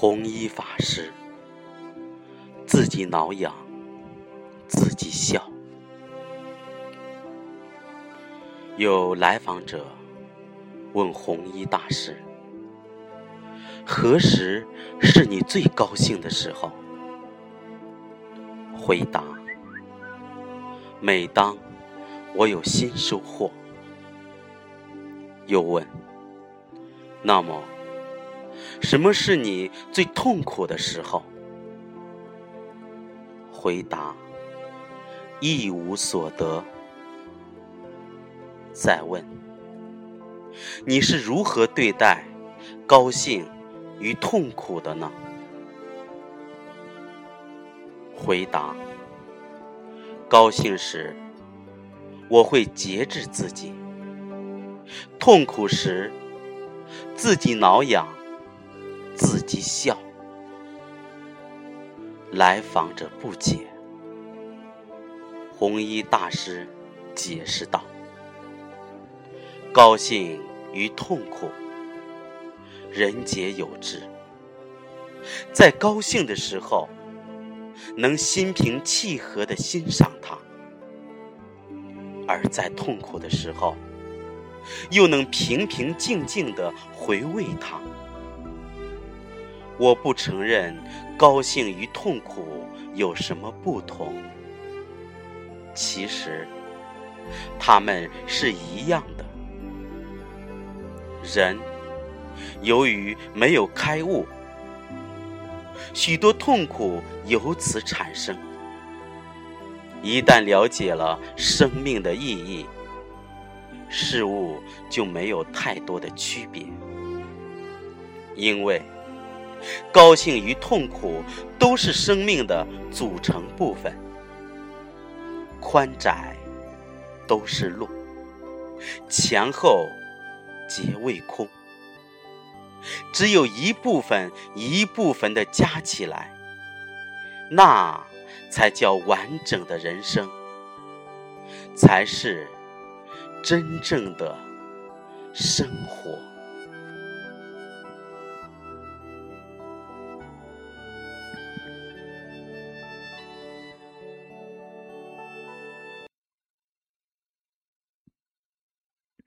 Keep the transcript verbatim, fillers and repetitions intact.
弘一法师，自己挠痒，自己笑。有来访者问弘一大师，何时是你最高兴的时候？回答：每当我有新收获。又问：那么什么是你最痛苦的时候？回答：一无所得。再问：你是如何对待高兴与痛苦的呢？回答：高兴时我会节制自己，痛苦时自己挠痒，自己笑。来访者不解，弘一大师解释道：高兴与痛苦，人皆有之。在高兴的时候，能心平气和地欣赏它；而在痛苦的时候，又能平平静静地回味它。我不承认高兴与痛苦有什么不同，其实它们是一样的。人由于没有开悟，许多痛苦由此产生。一旦了解了生命的意义，事物就没有太多的区别。因为高兴与痛苦都是生命的组成部分，宽窄都是路，前后皆未空。只有一部分一部分的加起来，那才叫完整的人生，才是真正的生活。